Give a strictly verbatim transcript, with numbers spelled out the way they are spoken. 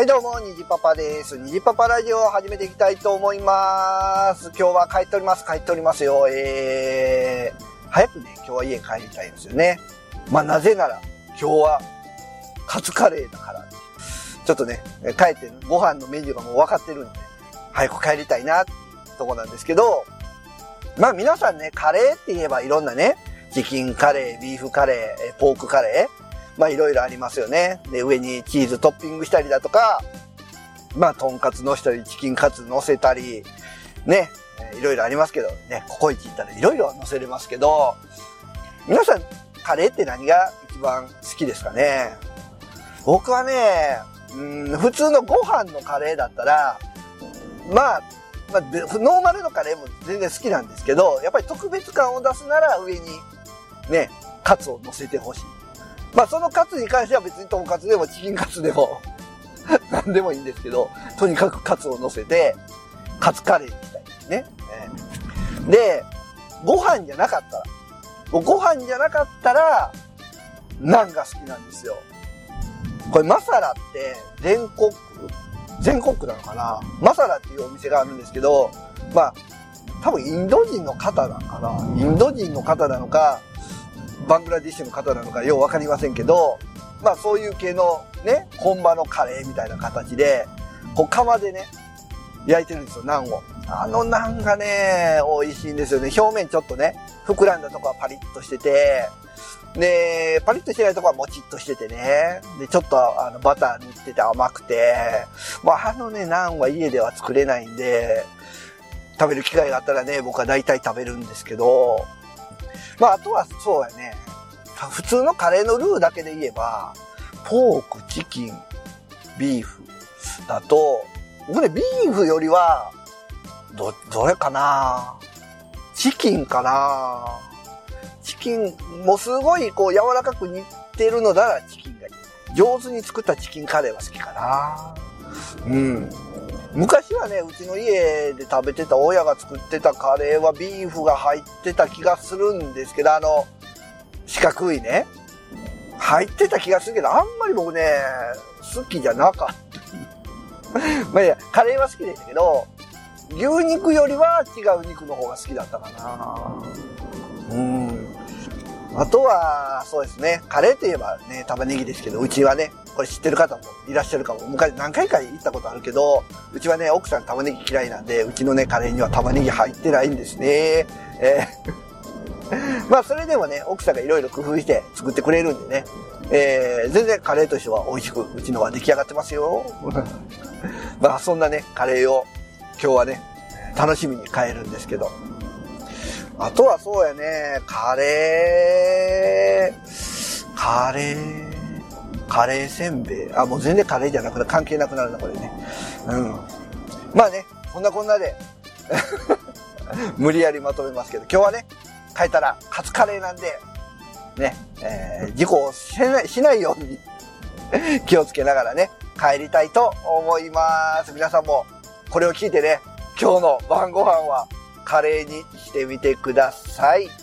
はいどうも、にじパパです。にじパパラジオを始めていきたいと思います。今日は帰っております。帰っておりますよ。えー、早くね、今日は家帰りたいんですよね。まあ、なぜなら、今日は、カツカレーだから。ちょっとね、帰ってご飯のメニューがもう分かってるんで、早く帰りたいな、ってとこなんですけど、まあ皆さんね、カレーって言えばいろんなね、チキンカレー、ビーフカレー、ポークカレー、まあいろいろありますよね。で、上にチーズトッピングしたりだとか、まあ、とんかつ乗せたり、チキンカツ乗せたり、ね、いろいろありますけど、ね、ココイチ行ったらいろいろ乗せれますけど、皆さん、カレーって何が一番好きですかね？僕はね、うん、普通のご飯のカレーだったら、まあ、まあ、ノーマルのカレーも全然好きなんですけど、やっぱり特別感を出すなら上に、ね、カツを乗せてほしい。まあ、そのカツに関しては別にとんかつでもチキンカツでも、何でもいいんですけど、とにかくカツを乗せて、カツカレーにしたいですね。えー、で、ご飯じゃなかったら、ご飯じゃなかったら、ナンが好きなんですよ。これマサラって全国、全国なのかな？マサラっていうお店があるんですけど、まあ、多分インド人の方なのかな？インド人の方なのか、バングラディッシュの方なのかようわかりませんけど、まあそういう系のね、本場のカレーみたいな形で、こう釜でね、焼いてるんですよ、ナンを。あのナンがね、美味しいんですよね。表面ちょっとね、膨らんだとこはパリッとしてて、で、パリッとしてないとこはもちっとしててね、で、ちょっとあのバター塗ってて甘くて、まああのね、ナンは家では作れないんで、食べる機会があったらね、僕は大体食べるんですけど、まああとはそうやね、普通のカレーのルーだけで言えば、ポーク、チキン、ビーフだと、僕ね、ビーフよりは、ど、どれかな？チキンかな？チキン、もうすごいこう柔らかく煮てるのならチキンがいい。上手に作ったチキンカレーは好きかな。うん。昔はね、うちの家で食べてた親が作ってたカレーはビーフが入ってた気がするんですけど、あの、四角いね、入ってた気がするけど、あんまり僕ね、好きじゃなかった。まあいや、カレーは好きでしたけど、牛肉よりは違う肉の方が好きだったかな。うん。あとは、そうですね、カレーといえばね、玉ねぎですけど、うちはね、これ知ってる方もいらっしゃるかも。昔何回か行ったことあるけど、うちはね、奥さん玉ねぎ嫌いなんで、うちのね、カレーには玉ねぎ入ってないんですね。えー、まあ、それでもね、奥さんがいろいろ工夫して作ってくれるんでね、えー、全然カレーとしては美味しく、うちのは出来上がってますよ。まあ、そんなね、カレーを今日はね、楽しみに帰るんですけど。あとはそうやね、カレー、カレー、カレーせんべい。あ、もう全然カレーじゃなくて関係なくなるな、これね。うん。まあね、こんなこんなで、無理やりまとめますけど、今日はね、帰ったらカツカレーなんで、ね、えー、事故をしない、しないように気をつけながらね、帰りたいと思います。皆さんもこれを聞いてね、今日の晩ご飯はカレーにしてみてください。